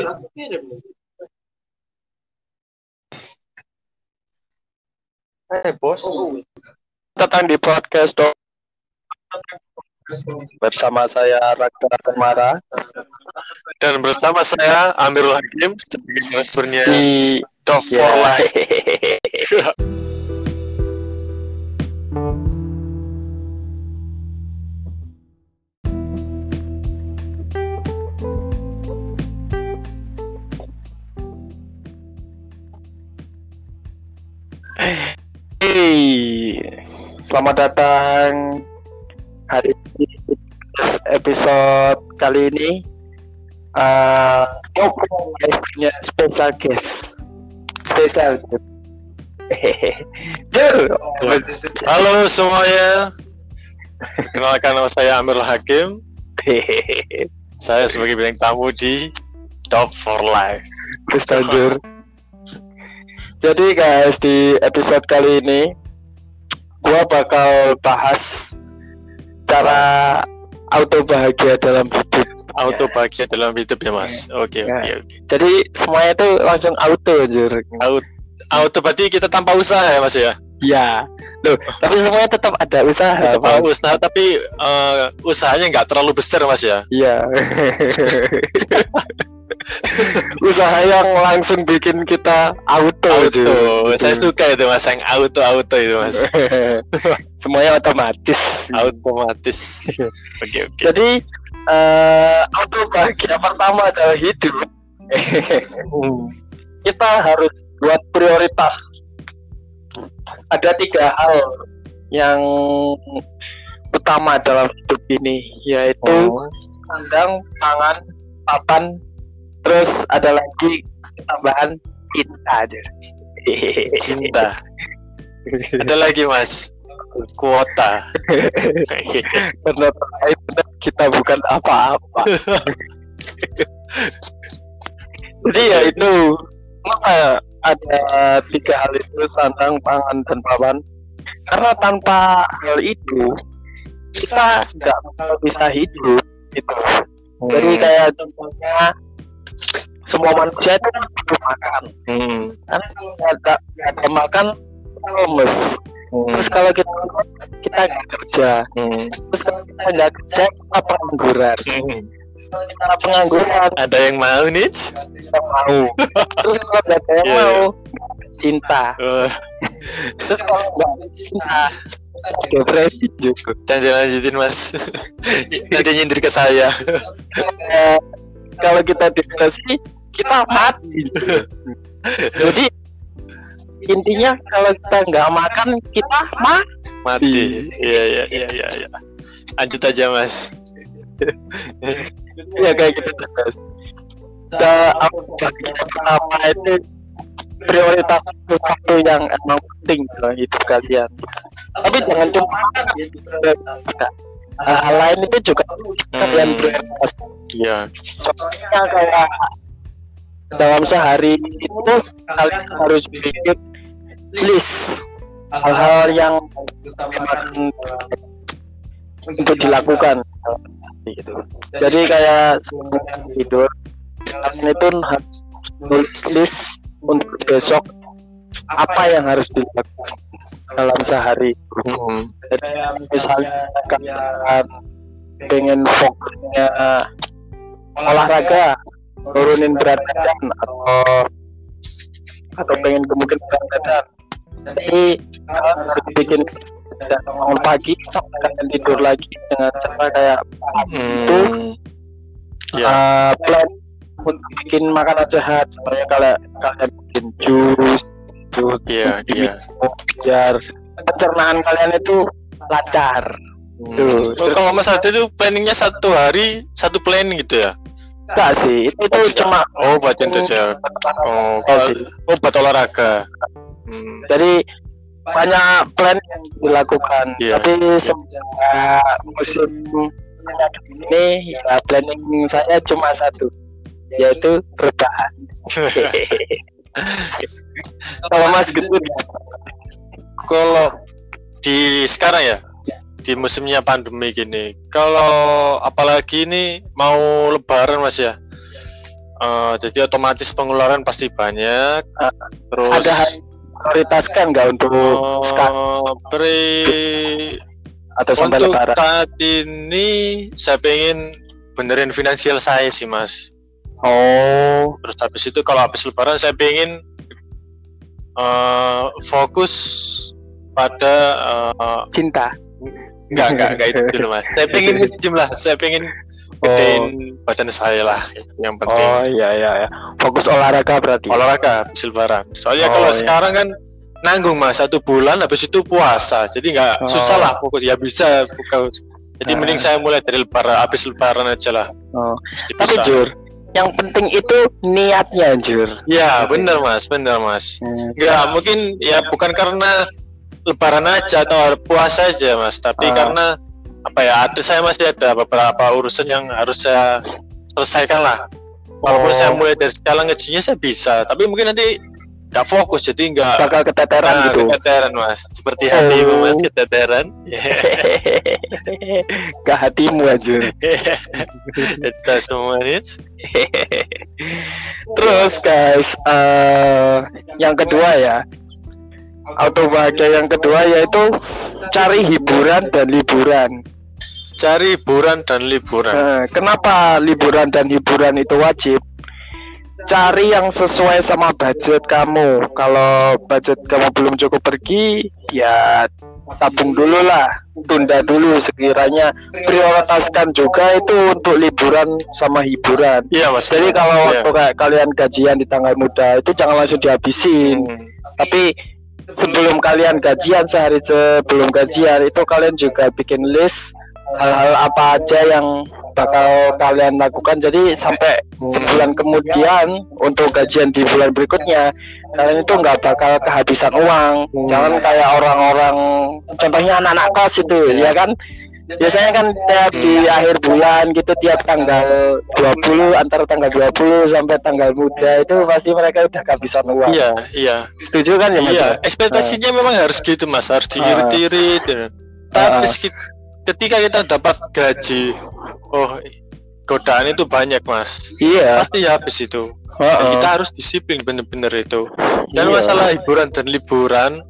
Bos. Datang di podcast dong. Bersama saya Raka Semara dan bersama saya Amirul Hakim sebagai masternya di Top for Life. Hey, selamat datang hari ini episode kali ini. Punya special guest. Halo semuanya, kenalkan nama saya Amirul Hakim. Saya sebagai bintang tamu di Top for Life. Jadi guys, di episode kali ini gua bakal bahas cara auto bahagia dalam hidup. Auto bahagia dalam hidup ya mas. Oke. Jadi semuanya itu langsung auto anjir. Auto berarti kita tanpa usaha ya mas ya? Iya. Loh, tapi semuanya tetap ada usaha. Usaha tapi usahanya nggak terlalu besar mas ya? Iya. Usaha yang langsung bikin kita auto. Saya suka itu mas, yang auto itu mas. Semuanya otomatis. Oke. Jadi auto bahagia pertama adalah hidup. Kita harus buat prioritas. Ada 3 hal yang utama dalam hidup ini, yaitu sandang, pangan, papan. Terus ada lagi tambahan cinta. Ada lagi mas, kuota. Benar, kita bukan apa-apa. Jadi ya itu, maka ada 3 hal itu, sandang, pangan, dan papan. Karena tanpa hal itu kita nggak bisa hidup gitu. Jadi kayak contohnya, semua manusia itu kan butuh makan. Karena kalau nggak ada makan, kita lemes. Terus kalau kita nggak kerja. Terus kalau kita nggak kerja, kita pengangguran. Kalau kita pengangguran, ada yang mau nih? Kita mau. Terus kalau nggak ada yang mau, cinta. Terus kalau nggak cinta, depresi juga. Jangan lanjutin mas. Nanti nyindir ke saya. Kalau kita depresi, kita mati. Jadi intinya kalau kita nggak makan, kita mati. Iya. Lanjut aja mas. Ya kayak gitu terus. Pertama itu prioritas sesuatu yang emang penting dalam hidup kalian. Tapi jangan cuma hal lain itu juga kalian prioritas. Iya. Contohnya kayak dalam sehari itu kalian harus bikin list hal-hal yang untuk dilakukan gitu. Jadi kayak sebelum tidur kalian itu harus nulis list untuk besok apa yang harus dilakukan dalam sehari. Jadi misalnya kalian pengen fokusnya olahraga, turunin berat badan atau pengen gemuk berat badan. Jadi kalian harus bikin dan bangun pagi sampai kalian tidur lagi dengan cara kayak itu plan untuk bikin makanan sehat. Sebenarnya kalau kalian bikin jus biar pencernaan kalian itu lancar. Kalau mas ada itu planningnya 1 hari 1 plan gitu ya? Enggak sih, itu cuma buat itu saja. Buat olahraga. Jadi banyak plan yang dilakukan. Tapi semenjak musim ini ya planning saya cuma 1, yaitu rebahan. Kalau mas gitu, kalau di sekarang ya, di musimnya pandemi gini, kalau apalagi ini mau lebaran mas ya, Jadi otomatis pengeluaran pasti banyak. Terus ada prioritaskan nggak untuk atau sampai untuk lebaran? saat ini saya pengen benerin finansial saya sih Mas. Terus habis itu kalau habis lebaran saya pengen fokus pada cinta. Enggak itu dulu Mas. Saya pengen nge-gym lah. Saya pengen gedein badan saya lah yang penting. Iya. Fokus olahraga berarti. Olahraga habis lebaran. Soalnya kalau sekarang kan nanggung Mas 1 bulan habis itu puasa. Jadi enggak susah lah fokus. Ya bisa fokus. Jadi mending saya mulai dari lebaran, habis lebaran aja lah. Tapi Jur, yang penting itu niatnya Jur. Ya benar Mas. Enggak mungkin ya bukan karena lebaran aja atau puasa aja Mas, tapi karena saya masih ada beberapa urusan yang harus saya selesaikan lah. Walaupun saya mulai dari sekarang nge-gym-nya saya bisa, tapi mungkin nanti nggak fokus, jadi nggak bakal keteteran gitu. Keteteran Mas, seperti hatimu Mas, keteteran. Ke hatimu aja. Itu semuanya. Terus guys, yang kedua ya, auto bahagia yang kedua yaitu cari hiburan dan liburan. Cari hiburan dan liburan. Kenapa liburan dan hiburan itu wajib? Cari yang sesuai sama budget kamu. Kalau budget kamu belum cukup pergi, ya tabung dulu lah, tunda dulu sekiranya. Prioritaskan juga itu untuk liburan sama hiburan. Iya Mas. Jadi kalau waktu kayak kalian gajian di tanggal muda itu jangan langsung dihabisin. Tapi sebelum kalian gajian, sehari sebelum gajian itu kalian juga bikin list hal-hal apa aja yang bakal kalian lakukan. Jadi sampai sebulan kemudian untuk gajian di bulan berikutnya kalian itu nggak bakal kehabisan uang. Jangan kayak orang-orang, contohnya anak-anak kos itu ya kan, biasanya kan tiap di akhir bulan gitu, tiap tanggal 20, antara tanggal 20 sampai tanggal muda itu pasti mereka udah kehabisan uang. Iya. Setuju kan ya Mas? Iya, ekspektasinya memang harus gitu Mas, harus diirit-irit. Tapi ketika kita dapat gaji, godaan itu banyak Mas. Iya. Pasti habis itu. Kita harus disiplin bener-bener itu. Dan masalah hiburan dan liburan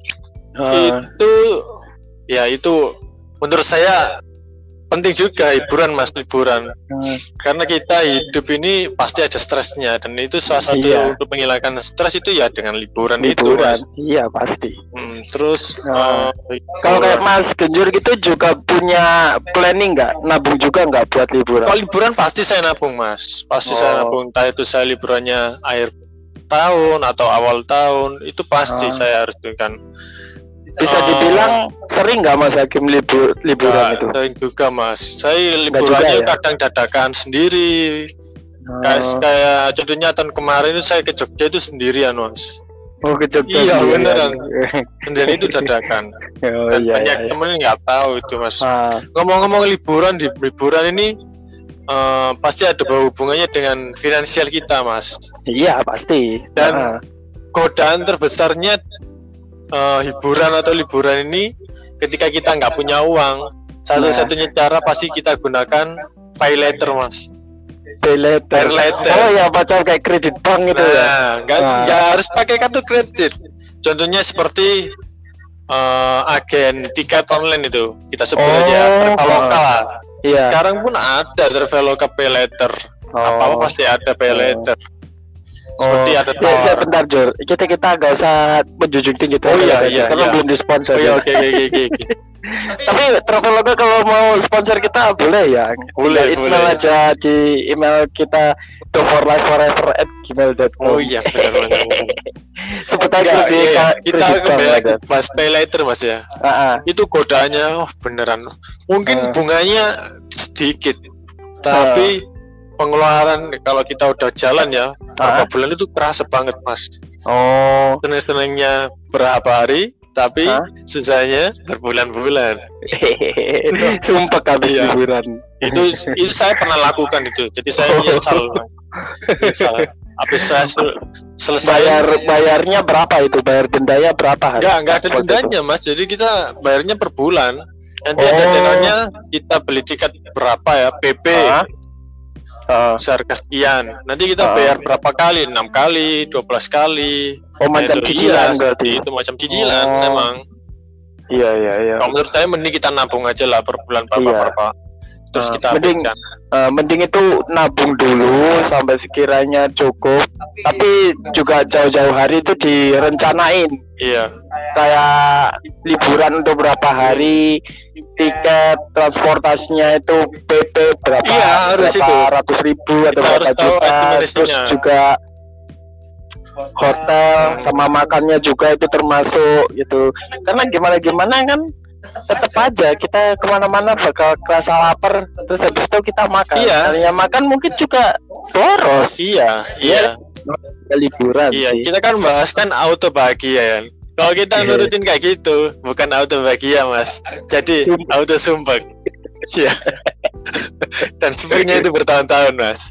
itu menurut saya penting juga hiburan Mas, liburan. Karena kita hidup ini pasti ada stresnya, dan itu salah satu untuk menghilangkan stres itu ya dengan liburan itu Mas. Iya pasti. Terus kalau kayak Mas Genjur gitu juga punya planning nggak, nabung juga nggak buat liburan? Kalau liburan pasti saya nabung Mas, saya nabung. Entah itu saya liburannya akhir tahun atau awal tahun, itu pasti saya harus berikan. Bisa dibilang sering nggak Mas Hakim liburan itu? Sering juga Mas. Saya liburannya kadang dadakan sendiri. Kayak contohnya tahun kemarin itu saya ke Jogja itu sendirian Mas. Ke Jogja? Iya beneran. Dan itu dadakan. Dan banyak temen nggak tahu itu Mas. Ngomong-ngomong liburan ini pasti ada hubungannya dengan finansial kita Mas. Iya pasti. Dan godaan terbesarnya hiburan atau liburan ini ketika kita nggak punya uang, satu-satunya cara pasti kita gunakan pay later Mas. Pay later. Oh ya, macam kayak kredit bank gitu ya. Nggak harus pakai kartu kredit. Contohnya seperti agen tiket online itu, kita sebut aja Traveloka. Iya. Sekarang pun ada Traveloka pay later. Apa-apa pasti ada pay later. Seperti ada bentar Jor, kita nggak usah menjunjung tinggi karena belum disponsor. Oke. Tapi Traveloka kalau mau sponsor kita boleh ya. Boleh. Email aja di email kita doforlifeforever@gmail.com. Oh iya benar. Sebut aja kita bahas pay later Mas ya. Itu godaannya beneran. Mungkin bunganya sedikit, tapi pengeluaran kalau kita udah jalan ya berapa bulan itu kerasa banget Mas. Seneng-senengnya berapa hari, tapi susahnya berbulan-bulan. Sumpah habis liburan. Itu saya pernah lakukan itu. Jadi saya menyesal. Habis saya selesai. Bayarnya berapa itu? Bayar dendanya berapa? Enggak ada dendanya Mas. Jadi kita bayarnya per bulan. Nanti ada channelnya kita beli tiket berapa ya, PP. seharga sekian. Nanti kita bayar berapa kali? 6 kali, 12 kali. Macam cicilan berarti. Itu macam cicilan memang. Iya. Kalau menurut saya mending kita nabung aja lah per bulan berapa. Terus kita mending itu nabung dulu sampai sekiranya cukup. Tapi juga jauh-jauh hari itu direncanain. Iya. Kayak liburan untuk berapa hari, tiket transportasinya itu PP berapa, ratus ribu atau berapa juta. Terus juga hotel sama makannya juga itu termasuk gitu. Karena gimana kan tetap aja kita kemana-mana bakal kerasa lapar, terus habis itu kita makan. Kalinya makan mungkin juga boros. Iya. Liburan sih. Kita kan bahas kan auto bahagia ya. Kalau kita nurutin kayak gitu, bukan auto bahagia mas, jadi auto sumpah. Iya. Dan sumpahnya itu bertahun-tahun mas.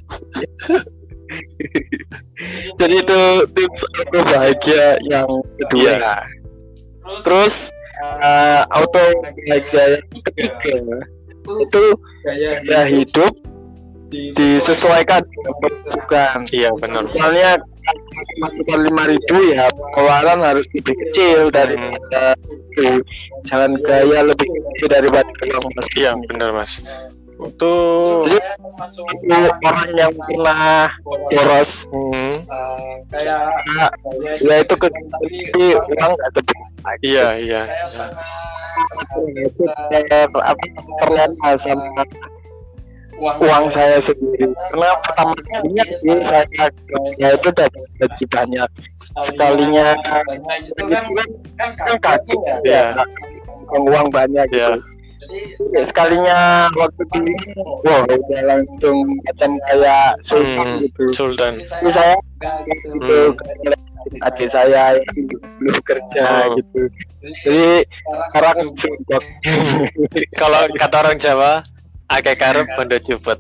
Jadi itu tips auto bahagia yang kedua. Terus auto bahagia yang ketiga itu gaya hidup disesuaikan dengan pemasukan. Iya benar. Misalnya masukan 5.000 ya pengeluaran harus lebih kecil daripada itu. Jangan gaya lebih kecil daripada uang mas. Iya benar mas. Itu orang yang pernah boros ya itu tapi uang nggak lebih. Iya. Itu terlihat sama uang saya sendiri karena pertama kalinya sih saya itu dapat gaji banyak sekalinya kan kaget ya uang banyak gitu. Sekalinya waktu dulu udah langsung macam kayak sultan gitu. Saya gitu adik saya yang belum kerja gitu. Jadi sekarang sumpah. Kalau kata orang Jawa akeh karep bondo juput.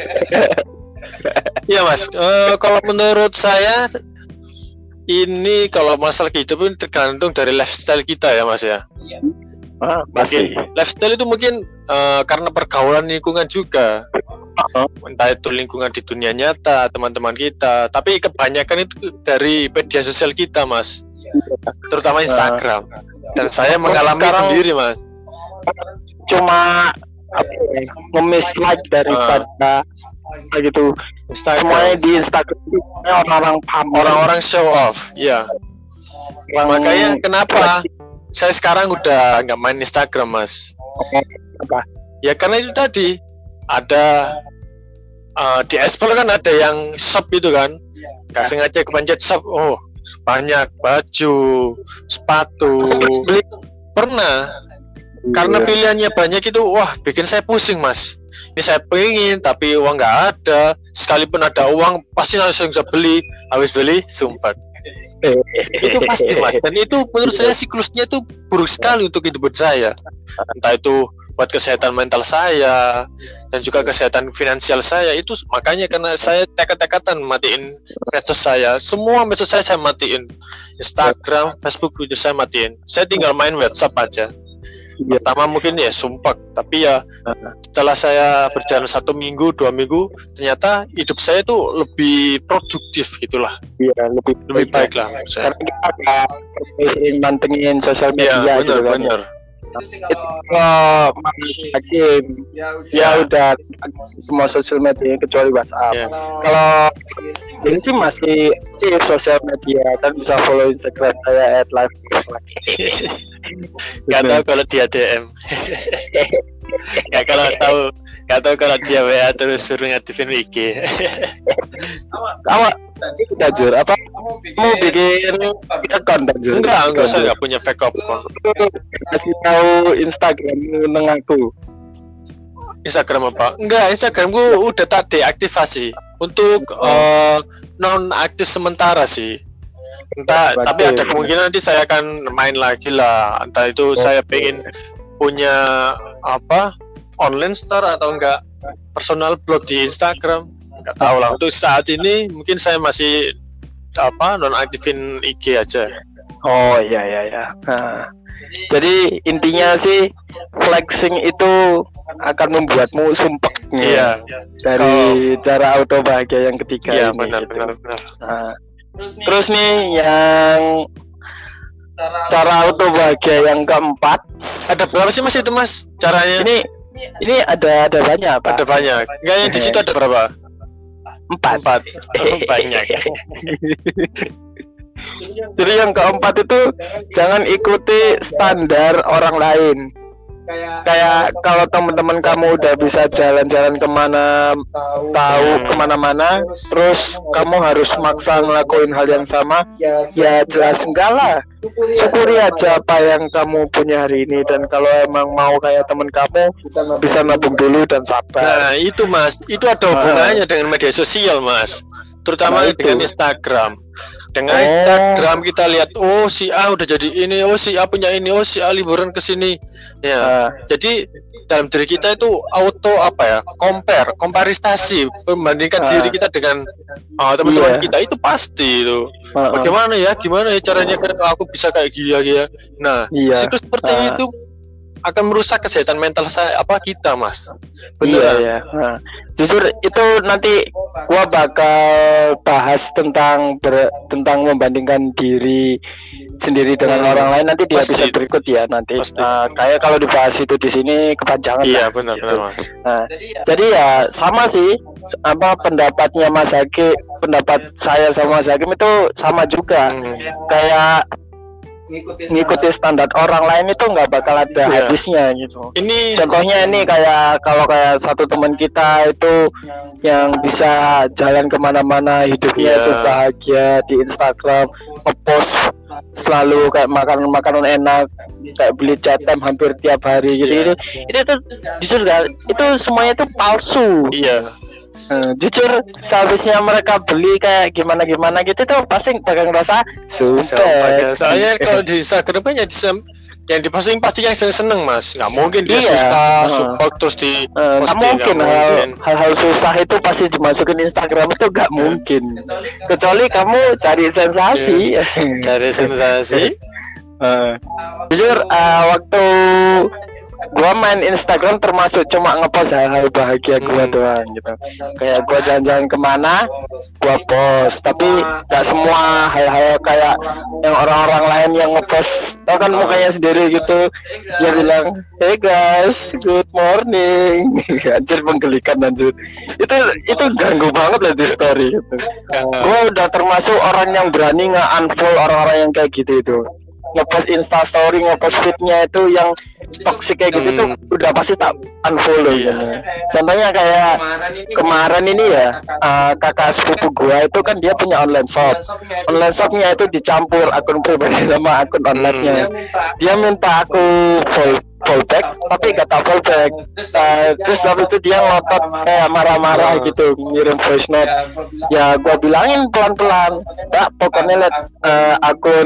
Iya mas, kalau menurut saya ini kalau masalah kehidupan tergantung dari lifestyle kita ya mas ya. Pasti. Lifestyle itu mungkin karena pergaulan lingkungan juga. Entah itu lingkungan di dunia nyata, teman-teman kita. Tapi kebanyakan itu dari media sosial kita mas, terutama Instagram. Dan saya mengalami sendiri mas. Cuma nge-miss like daripada gitu. Semuanya di Instagram itu orang-orang show off. Iya. Makanya kenapa saya sekarang udah nggak main Instagram mas. Apa? Ya karena itu tadi ada di explore kan ada yang shop itu kan, nggak sengaja kepencet shop, banyak baju, sepatu, pernah. Karena pilihannya banyak itu, bikin saya pusing mas. Ini saya pengen tapi uang nggak ada. Sekalipun ada uang pasti langsung bisa beli. Habis beli sumpah. Itu pasti mas. Dan itu menurut saya siklusnya itu buruk sekali untuk hidup saya. Entah itu buat kesehatan mental saya dan juga kesehatan finansial saya. Itu makanya karena saya tekad-tekatan matiin medsos saya. Semua medsos saya matiin. Instagram, Facebook, Twitter saya matiin. Saya tinggal main WhatsApp aja. Pertama mungkin ya sumpah, tapi ya setelah saya berjalan 1 minggu, 2 minggu, ternyata hidup saya tuh lebih produktif gitulah. Iya, lebih baik lah. Karena kita sering mantengin sosial media. Iya, benar. Hakim ya udah semua sosial media kecuali WhatsApp. Kalau ini sih masih sosial media kan bisa follow Instagram saya @live. Gak tahu kalau dia DM. Gak tahu kalau dia WA terus suruh ngaktifin IG. Awak jujur apa mau bikin account jujur? Enggak, saya nggak punya fake account. Kasih tahu Instagram neng aku. Instagram apa? Enggak, Instagramku udah tak deaktivasi untuk non aktif sementara sih. Entah, tapi ada kemungkinan nanti saya akan main lagi lah. Entah itu saya pengen punya online store atau enggak personal blog di Instagram. Enggak tahu lah. Untuk saat ini mungkin saya masih non aktifin IG aja. Oh iya iya iya. Nah, jadi intinya sih flexing itu akan membuatmu sumpek Iya. dari cara auto bahagia yang ketiga Iya ini. benar gitu. benar benar. Nah, terus nih yang cara auto bahagia yang keempat, Ada berapa sih Mas itu Mas caranya? ini ada banyak Pak. Ada banyak. Enggak yang di situ ada berapa? 4. 4. Oh, banyak. Jadi yang keempat itu jangan ikuti standar orang lain. Kayak kalau teman-teman kamu udah bisa jalan-jalan kemana-mana, terus kamu harus maksa ngelakuin hal yang sama, ya jelas enggak lah. Syukuri aja apa yang kamu punya hari ini, dan kalau emang mau kayak teman kamu, bisa nabung dulu dan sabar. Nah, itu Mas, itu ada hubungannya dengan media sosial Mas. Terutama dengan Instagram. Dengan Instagram kita lihat, oh si A udah jadi ini, oh si A punya ini, oh si A liburan ke sini. Ya. Jadi dalam diri kita itu auto komparistasi, membandingkan diri kita dengan teman-teman kita, itu pasti itu. Gimana ya caranya aku bisa kayak gila. Nah, siklus seperti itu akan merusak kesehatan mental kita Mas. Bener. Iya. Nah, jujur itu nanti gua bakal bahas tentang membandingkan diri sendiri dengan orang lain nanti di episode berikut ya nanti. Kayak kalau dibahas itu di sini kepanjangan. Iya benar Mas. Nah, jadi ya sama sih pendapatnya Mas Hakim, pendapat saya sama Mas Hakim itu sama juga. Kayak ngikuti standar orang lain itu nggak bakal ada habisnya gitu. Ini contohnya ini kayak satu teman kita itu yang bisa jalan kemana-mana, hidupnya itu bahagia di Instagram, ngepost selalu kayak makanan enak, kayak beli cetem hampir tiap hari gitu. Itu jujur itu semuanya itu palsu. Iya. Jujur sehabisnya mereka beli kayak gimana gitu tuh pasti bakal ngerasa sumpah. Soalnya kalau di Instagram yang diposting pasti yang seneng Mas. Nggak mungkin dia susah support terus di posting. Nggak mungkin hal-hal susah itu pasti dimasukin Instagram itu nggak mungkin. Kecuali kamu cari sensasi. Cari sensasi. Jujur waktu gua main Instagram termasuk cuma ngepost hal-hal bahagia gua doang gitu. Kayak gua jalan-jalan kemana, gua post. Tapi gak semua hal-hal kayak yang orang-orang lain yang ngepost. Tau kan mukanya sendiri gitu. Dia bilang, hey guys, good morning. Anjir penggelikan anjir. Itu ganggu banget lah di story gitu. Gua udah termasuk orang yang berani nge-unfollow orang-orang yang kayak gitu itu. Ngepost Instastory, ngepost feednya itu yang toxic kayak gitu tuh udah pasti tak unfollow gitu. Contohnya kayak kemarin ini ya kakak sepupu gua itu kan dia punya online shopnya itu dicampur akun pribadi sama akun online-nya. Dia minta aku fallback tapi gak tau fallback. Terus habis itu dia ngotot kayak marah-marah gitu, ngirim voice note. Ya gua bilangin pelan-pelan, "Kak, pokoknya lihat akun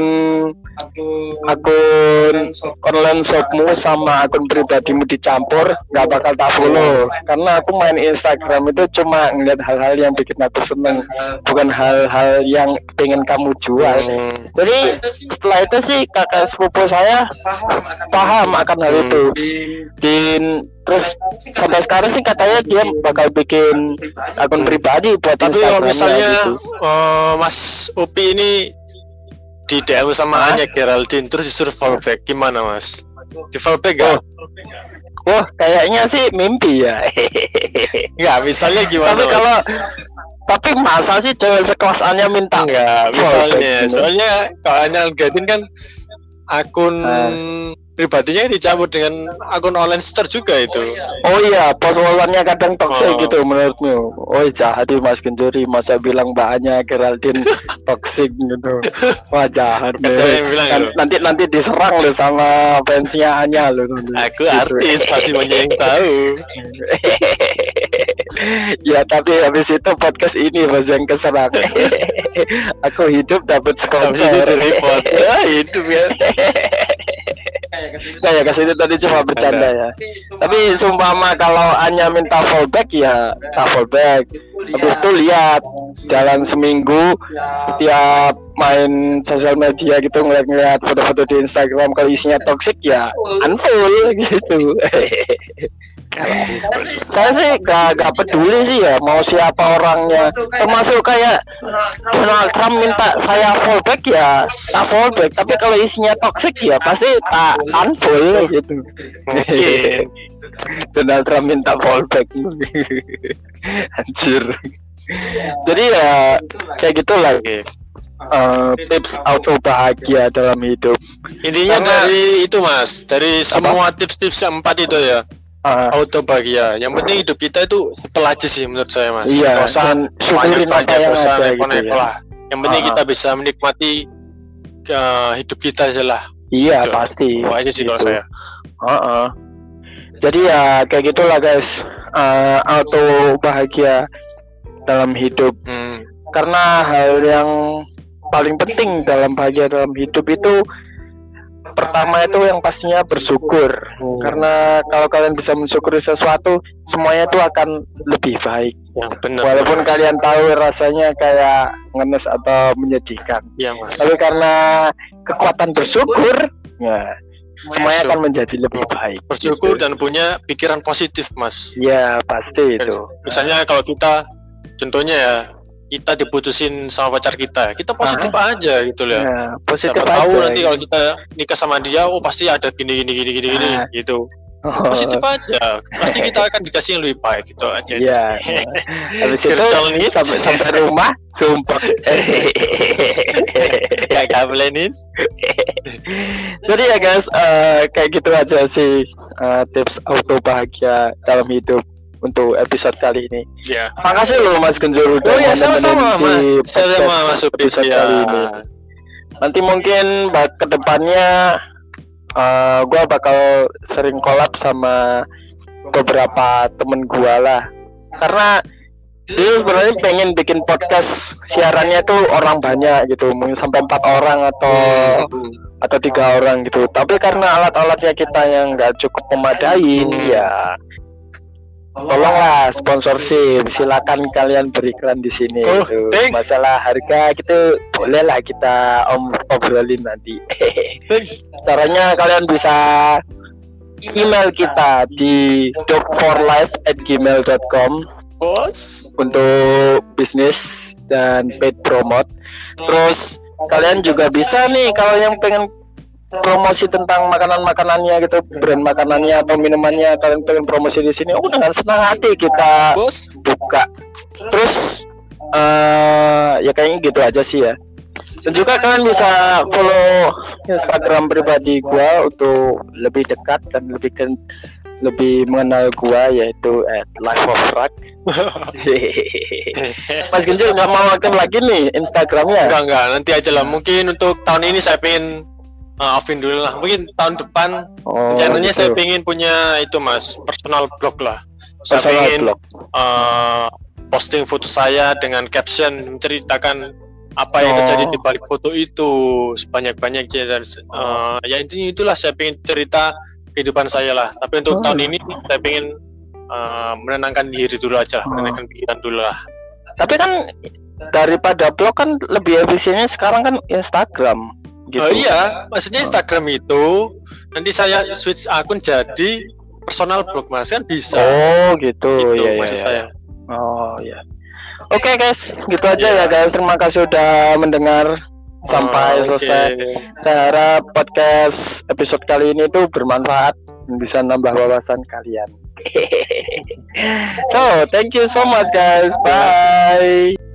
online shopmu sama akun pribadimu dicampur, gak bakal tak follow. Karena aku main Instagram itu cuma ngeliat hal-hal yang bikin aku seneng, bukan hal-hal yang pengen kamu jual." Jadi setelah itu sih kakak sepupu saya paham akan hal itu. Terus sampai sekarang sih katanya dia bakal bikin akun pribadi buat Tapi kalau misalnya gitu. Mas Upi ini di DM sama Anya Geraldine terus disuruh fallback, gimana Mas? Di fallback gak? Wah, kayaknya sih mimpi ya. Enggak, misalnya gimana? Tapi masa sih cewek sekelas Anya minta? Enggak, misalnya. Soalnya kalau Anya Geraldine kan akun pribadinya dicampur dengan akun online store juga itu. Oh iya, post online-nya kadang toxic gitu menurutmu. Oh jahat Mas Genjuri, masa bilang mbaknya Geraldine toxic gitu. Wah jahat deh. Nanti diserang loh sama fansnya Anya loh. Aku artis pasti banyak yang tahu. Ya tapi habis itu podcast ini Mas yang keserang. Aku hidup dapat sponsor. Report. Hidup ya. Kayak kesini tadi cuma bercanda ya. Tapi sumpama kalau Anya minta fallback ya tak fallback. Habis itu lihat jalan seminggu, setiap main sosial media gitu, ngeliat foto-foto di Instagram kalau isinya toxic ya unfollow gitu. Saya sih gak peduli sih ya mau siapa orangnya, termasuk kayak Donald Trump minta saya fallback ya tak fallback, tapi kalau isinya toxic ya pasti tak unfollow gitu. Mungkin Donald Trump minta fallback. Anjir. Jadi ya kayak gitulah. Tips auto bahagia dalam hidup. Intinya dari itu Mas, dari semua tips-tips yang 4 itu ya. Auto bahagia. Yang penting hidup kita itu simpel aja sih menurut saya Mas. Iya. Syukurin apa yang ada gitu ya. Lah. Yang penting kita bisa menikmati hidup kita aja lah. Iya gitu. pasti. Aja sih gitu. kalau saya. Jadi ya kayak gitulah guys. Auto bahagia dalam hidup. Karena hal yang paling penting dalam bahagia dalam hidup itu pertama itu yang pastinya bersyukur. Karena kalau kalian bisa mensyukuri sesuatu, semuanya itu akan lebih baik. Bener, walaupun Mas. Kalian tahu rasanya kayak ngenes atau menyedihkan. Ya, Mas. Tapi karena kekuatan bersyukur, ya semuanya akan menjadi lebih baik. Bersyukur gitu. Dan punya pikiran positif, Mas. Ya pasti itu. Misalnya kalau kita, contohnya ya, kita diputusin sama pacar kita positif aja gitu loh. Ya, positif siapa aja. Tahu nanti kalau kita nikah sama dia, pasti ada gini gitu. Positif aja. Pasti kita akan dikasih yang lebih baik gitu aja. Iya. Habis itu sampai rumah sumpah. Gak boleh nih. Jadi ya guys, kayak gitu aja sih tips auto bahagia dalam hidup untuk episode kali ini. Ya. Makasih loh Mas Genjur udah sama-sama Mas. Sama masuk episode kali ini. Nanti mungkin ke depannya gue bakal sering collab sama beberapa temen gue lah. Karena dia sebenarnya pengen bikin podcast siarannya tuh orang banyak gitu, mungkin sampai 4 orang atau 3 orang gitu. Tapi karena alat-alatnya kita yang nggak cukup memadain, ya tolonglah sponsorship, silakan kalian beriklan di sini. Masalah harga gitu bolehlah kita obrolin nanti. Caranya kalian bisa email kita di dog4life@gmail.com untuk bisnis dan paid promote. Terus kalian juga bisa nih kalau yang pengen promosi tentang makanan-makanannya gitu, brand makanannya atau minumannya, kalian pengen promosi di sini, dengan senang hati kita buka. Terus ya kayaknya gitu aja sih ya. Dan juga kalian bisa follow Instagram pribadi gua untuk lebih dekat dan lebih mengenal gua, yaitu @lifeofrak. Mas Genjil nggak mau aktif lagi nih Instagramnya? Enggak, nanti aja lah. Mungkin untuk tahun ini saya pengen offin dulu lah. Mungkin tahun depan channelnya gitu. Saya pengen punya itu Mas, personal blog lah. Saya pengen posting foto saya dengan caption menceritakan apa yang terjadi di balik foto itu sebanyak-banyaknya, dan ya intinya itulah saya pengen cerita kehidupan saya lah. Tapi untuk tahun ini saya pengen menenangkan diri dulu aja lah, menenangkan pikiran dulu lah. Tapi kan daripada blog kan lebih efisiennya sekarang kan Instagram. Gitu. Iya, maksudnya Instagram itu nanti saya switch akun jadi personal blog Mas, kan bisa. Gitu. Ya, maksud saya. Ya. Oke guys, gitu aja ya guys. Terima kasih udah mendengar sampai selesai. Saya harap podcast episode kali ini tuh bermanfaat dan bisa nambah wawasan kalian. So, thank you so much guys. Bye.